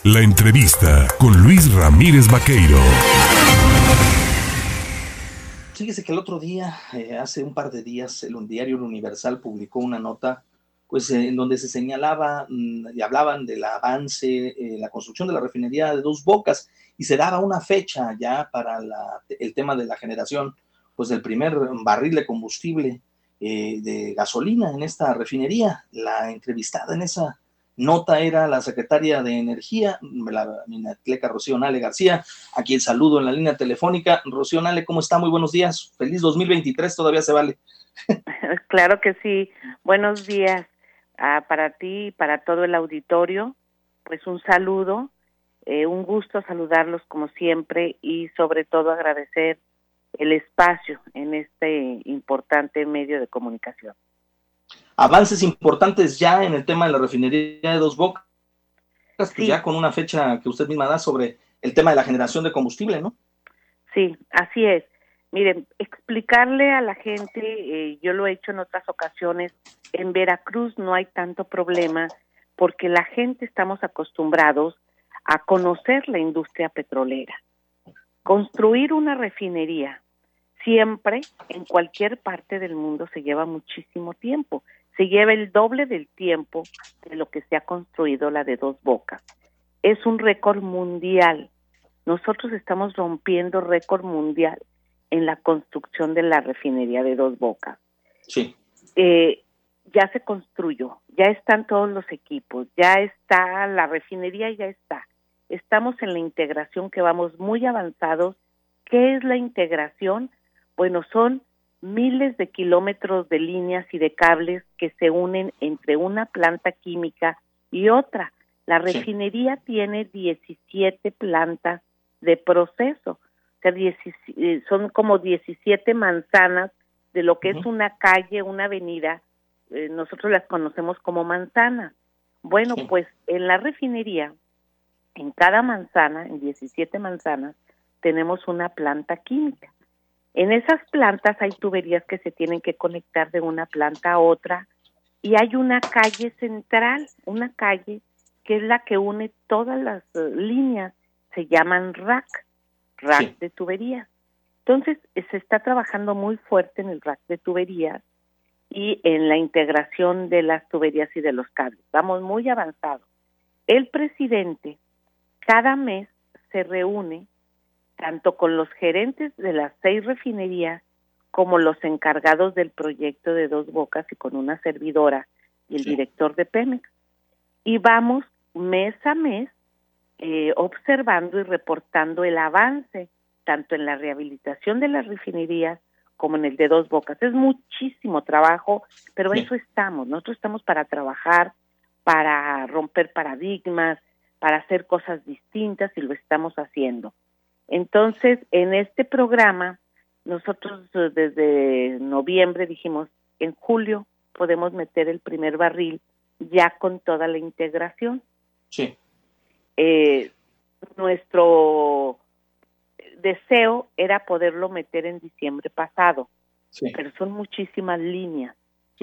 La entrevista con Luis Ramírez Vaqueiro. Fíjese que el otro día, hace un par de días, el diario El Universal publicó una nota pues, en donde se señalaba y hablaban del avance, la construcción de la refinería de Dos Bocas, y se daba una fecha ya para el tema de la generación pues, del primer barril de combustible de gasolina en esta refinería. La entrevistada en esa nota era la secretaria de Energía, la minatleca Rocío Nale García, a quien saludo en la línea telefónica. Rocío Nale, ¿cómo está? Muy buenos días. Feliz 2023, todavía se vale. Claro que sí. Buenos días para ti y para todo el auditorio. Pues un saludo, un gusto saludarlos como siempre y sobre todo agradecer el espacio en este importante medio de comunicación. Avances importantes ya en el tema de la refinería de Dos Bocas, pues sí, ya con una fecha que usted misma da sobre el tema de la generación de combustible, ¿no? Sí, así es. Miren, explicarle a la gente, yo lo he hecho en otras ocasiones, en Veracruz no hay tanto problema porque la gente estamos acostumbrados a conocer la industria petrolera. Construir una refinería siempre, en cualquier parte del mundo, se lleva muchísimo tiempo. Se lleva el doble del tiempo de lo que se ha construido la de Dos Bocas. Es un récord mundial. Nosotros estamos rompiendo récord mundial en la construcción de la refinería de Dos Bocas. Sí. Ya se construyó, ya están todos los equipos, ya está la refinería, ya está. Estamos en la integración, que vamos muy avanzados. ¿Qué es la integración? Bueno, son miles de kilómetros de líneas y de cables que se unen entre una planta química y otra. La refinería tiene 17 plantas de proceso, o sea, son como 17 manzanas de lo que es una calle, una avenida. Nosotros las conocemos como manzanas. Bueno, pues en la refinería, en cada manzana, en 17 manzanas, tenemos una planta química. En esas plantas hay tuberías que se tienen que conectar de una planta a otra, y hay una calle central, una calle que es la que une todas las líneas, se llaman rack de tuberías. Entonces, se está trabajando muy fuerte en el rack de tuberías y en la integración de las tuberías y de los cables. Vamos muy avanzados. El presidente cada mes se reúne tanto con los gerentes de las 6 refinerías como los encargados del proyecto de Dos Bocas y con una servidora y el director de Pemex. Y vamos mes a mes observando y reportando el avance tanto en la rehabilitación de las refinerías como en el de Dos Bocas. Es muchísimo trabajo, pero eso estamos. Nosotros estamos para trabajar, para romper paradigmas, para hacer cosas distintas, y lo estamos haciendo. Entonces, en este programa, nosotros desde noviembre dijimos, en julio podemos meter el primer barril ya con toda la integración. Sí. Nuestro deseo era poderlo meter en diciembre pasado, pero son muchísimas líneas,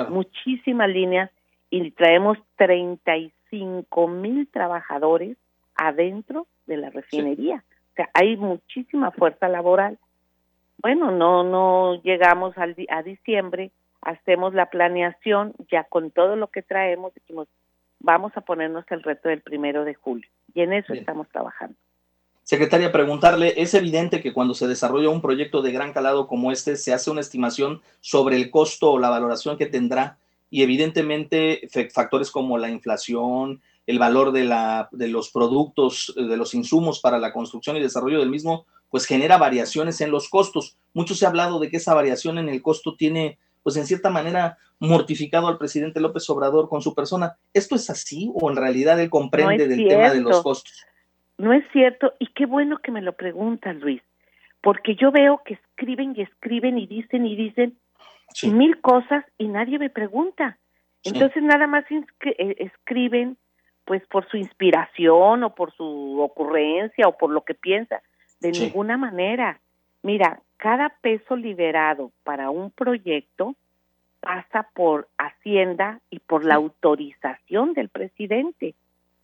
y traemos 35,000 trabajadores adentro de la refinería. O sea, hay muchísima fuerza laboral. Bueno, no llegamos a diciembre, hacemos la planeación, ya con todo lo que traemos, dijimos, vamos a ponernos el reto del 1 de julio, y en eso estamos trabajando. Secretaria, preguntarle, es evidente que cuando se desarrolla un proyecto de gran calado como este, se hace una estimación sobre el costo o la valoración que tendrá, y evidentemente factores como la inflación, el valor de los productos, de los insumos para la construcción y desarrollo del mismo, pues genera variaciones en los costos. Mucho se ha hablado de que esa variación en el costo tiene, pues en cierta manera, mortificado al presidente López Obrador con su persona. ¿Esto es así o en realidad él comprende del tema de los costos? No es cierto, y qué bueno que me lo preguntas, Luis, porque yo veo que escriben y escriben y dicen mil cosas y nadie me pregunta. Entonces nada más escriben pues por su inspiración o por su ocurrencia o por lo que piensa. De ninguna manera. Mira, cada peso liberado para un proyecto pasa por Hacienda y por la autorización del presidente.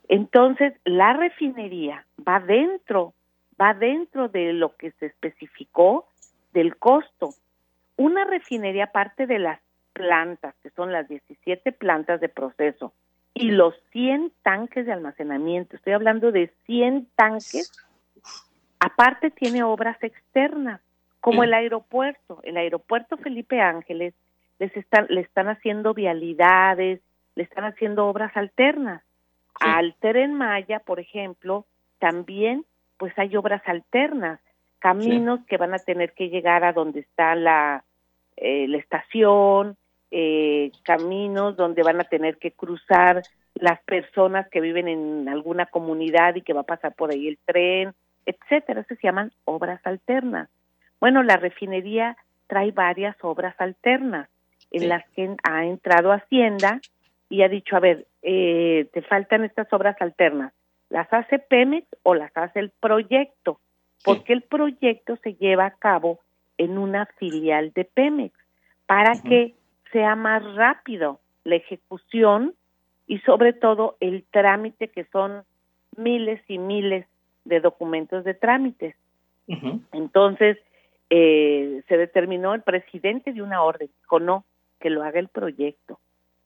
Entonces, la refinería va dentro de lo que se especificó del costo. Una refinería, aparte de las plantas, que son las 17 plantas de proceso, y los 100 tanques de almacenamiento, estoy hablando de 100 tanques, aparte tiene obras externas, como el aeropuerto Felipe Ángeles, le están haciendo vialidades, le están haciendo obras alternas. Al Tren Maya, por ejemplo, también pues hay obras alternas, caminos que van a tener que llegar a donde está la estación, caminos donde van a tener que cruzar las personas que viven en alguna comunidad y que va a pasar por ahí el tren, etcétera. Eso se llaman obras alternas. Bueno, la refinería trae varias obras alternas en las que ha entrado Hacienda y ha dicho, a ver, te faltan estas obras alternas, ¿las hace Pemex o las hace el proyecto? Porque el proyecto se lleva a cabo en una filial de Pemex para que sea más rápido la ejecución y sobre todo el trámite, que son miles y miles de documentos de trámites. Entonces, se determinó, el presidente dio una orden, dijo no, que lo haga el proyecto.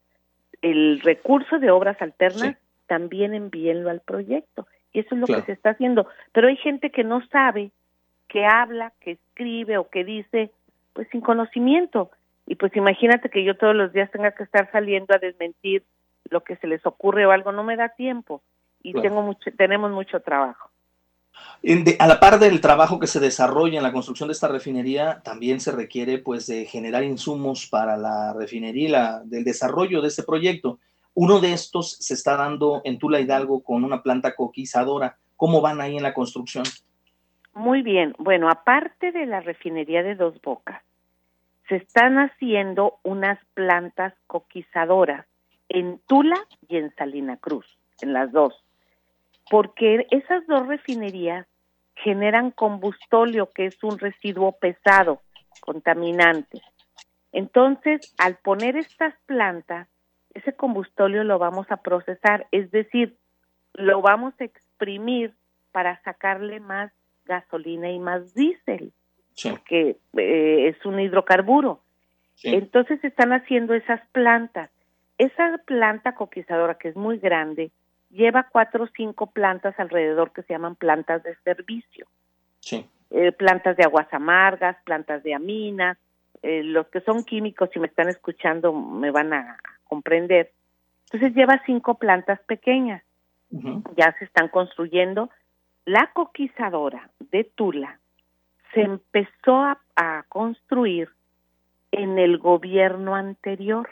El recurso de obras alternas también envíenlo al proyecto, y eso es lo que se está haciendo. Pero hay gente que no sabe, que habla, que escribe o que dice, pues sin conocimiento. Y pues imagínate que yo todos los días tenga que estar saliendo a desmentir lo que se les ocurre o algo, no me da tiempo, y tenemos mucho trabajo. A la par del trabajo que se desarrolla en la construcción de esta refinería, también se requiere pues de generar insumos para la refinería y del desarrollo de este proyecto. Uno de estos se está dando en Tula Hidalgo con una planta coquizadora. ¿Cómo van ahí en la construcción? Muy bien. Bueno, aparte de la refinería de Dos Bocas, se están haciendo unas plantas coquizadoras en Tula y en Salina Cruz, en las dos, porque esas dos refinerías generan combustóleo, que es un residuo pesado, contaminante. Entonces, al poner estas plantas, ese combustóleo lo vamos a procesar, es decir, lo vamos a exprimir para sacarle más gasolina y más diésel, porque es un hidrocarburo. Entonces, están haciendo esas plantas. Esa planta coquizadora, que es muy grande, lleva 4 o 5 plantas alrededor que se llaman plantas de servicio. Plantas de aguas amargas, plantas de aminas, los que son químicos, si me están escuchando, me van a comprender. Entonces lleva 5 plantas pequeñas. Ya se están construyendo. La coquizadora de Tula se empezó a construir en el gobierno anterior.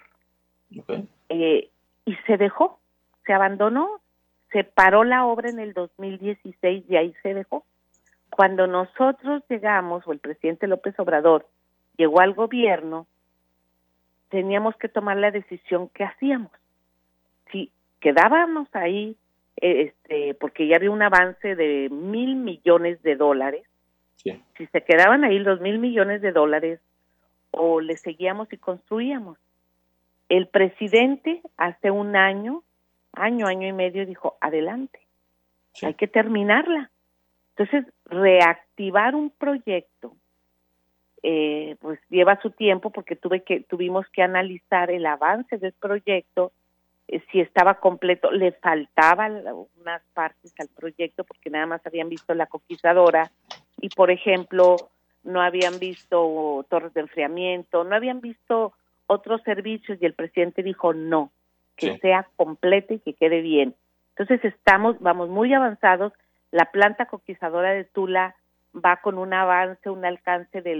Y se dejó, se abandonó, se paró la obra en el 2016 y ahí se dejó. Cuando nosotros llegamos, o el presidente López Obrador llegó al gobierno, teníamos que tomar la decisión que hacíamos. Si quedábamos ahí, porque ya había un avance de $1,000 millones, si se quedaban ahí los $1,000 millones, o le seguíamos y construíamos. El presidente hace un año y medio dijo, adelante, hay que terminarla. Entonces, reactivar un proyecto, pues lleva su tiempo, porque tuvimos que analizar el avance del proyecto, si estaba completo, le faltaban unas partes al proyecto, porque nada más habían visto la coquizadora, y por ejemplo, no habían visto torres de enfriamiento, no habían visto otros servicios, y el presidente dijo no, que sea completa y que quede bien. Entonces vamos muy avanzados. La planta coquizadora de Tula va con un alcance del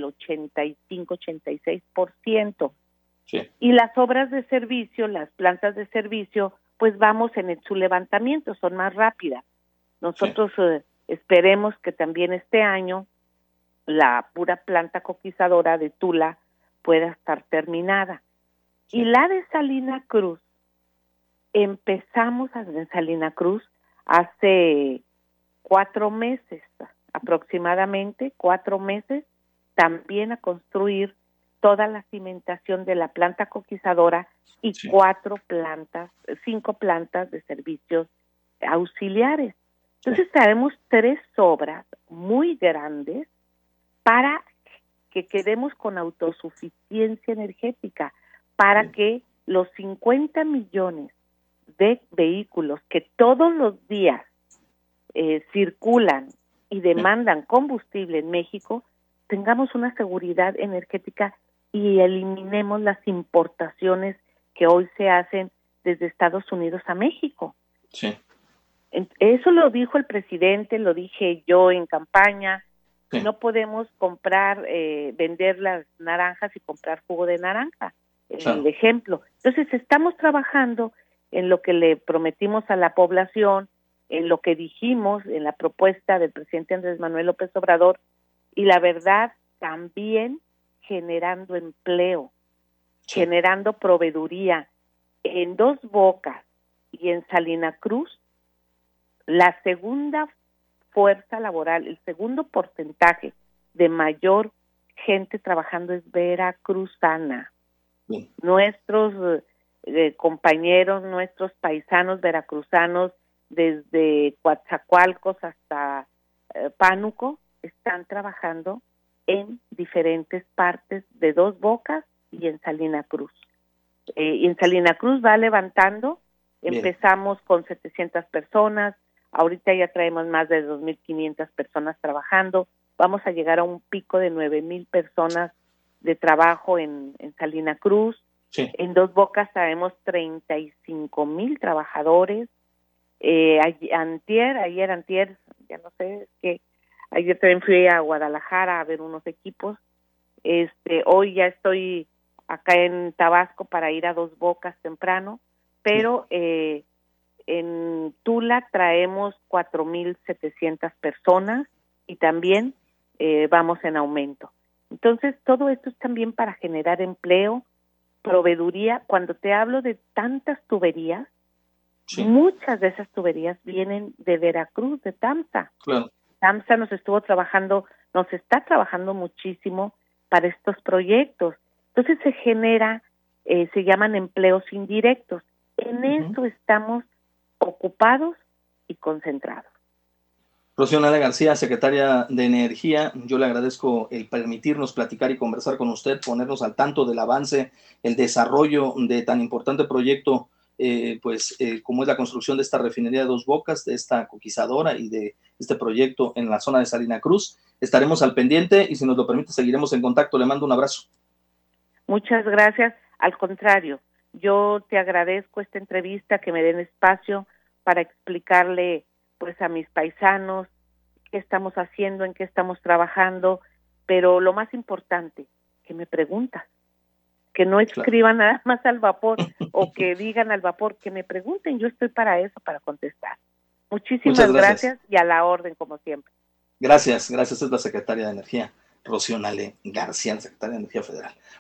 85-86%. Y las obras de servicio, las plantas de servicio, pues vamos en su levantamiento, son más rápidas. Nosotros esperemos que también este año la pura planta coquizadora de Tula pueda estar terminada. Y la de Salina Cruz, empezamos en Salina Cruz hace 4 meses, aproximadamente 4 meses, también a construir toda la cimentación de la planta coquizadora y 5 plantas de servicios auxiliares. Entonces traemos 3 obras muy grandes para que quedemos con autosuficiencia energética, para que los 50 millones de vehículos que todos los días circulan y demandan combustible en México, tengamos una seguridad energética y eliminemos las importaciones que hoy se hacen desde Estados Unidos a México. Sí. Eso lo dijo el presidente, lo dije yo en campaña. Sí. No podemos comprar, vender las naranjas y comprar jugo de naranja, el ejemplo. Entonces estamos trabajando en lo que le prometimos a la población, en lo que dijimos en la propuesta del presidente Andrés Manuel López Obrador, y la verdad también generando empleo, generando proveeduría. En Dos Bocas y en Salina Cruz, la segunda fuerza laboral, el segundo porcentaje de mayor gente trabajando es veracruzana. Bien. Nuestros compañeros, nuestros paisanos veracruzanos, desde Coatzacoalcos hasta Pánuco, están trabajando en diferentes partes de Dos Bocas y en Salina Cruz. Y en Salina Cruz va levantando. Bien. Empezamos con 700 personas, ahorita ya traemos más de 2.500 personas trabajando, vamos a llegar a un pico de 9,000 personas de trabajo en Salina Cruz. Sí. En Dos Bocas traemos 35,000 trabajadores. Ayer, ya no sé, es que ayer también fui a Guadalajara a ver unos equipos. Hoy ya estoy acá en Tabasco para ir a Dos Bocas temprano, pero en Tula traemos 4,700 personas y también vamos en aumento. Entonces, todo esto es también para generar empleo, proveeduría. Cuando te hablo de tantas tuberías, muchas de esas tuberías vienen de Veracruz, de TAMSA. Claro. TAMSA nos está trabajando muchísimo para estos proyectos. Entonces se genera, se llaman empleos indirectos. En eso estamos ocupados y concentrados. Rocío García, secretaria de Energía, yo le agradezco el permitirnos platicar y conversar con usted, ponernos al tanto del avance, el desarrollo de tan importante proyecto, como es la construcción de esta refinería de Dos Bocas, de esta coquizadora y de este proyecto en la zona de Salina Cruz. Estaremos al pendiente y si nos lo permite seguiremos en contacto. Le mando un abrazo. Muchas gracias. Al contrario, yo te agradezco esta entrevista, que me den espacio para explicarle pues a mis paisanos qué estamos haciendo, en qué estamos trabajando, pero lo más importante, que me preguntas, que no escriban nada más al vapor o que digan al vapor, que me pregunten, yo estoy para eso, para contestar. Muchísimas gracias y a la orden como siempre. Gracias, es la secretaria de Energía, Rocío García, secretaria de Energía Federal.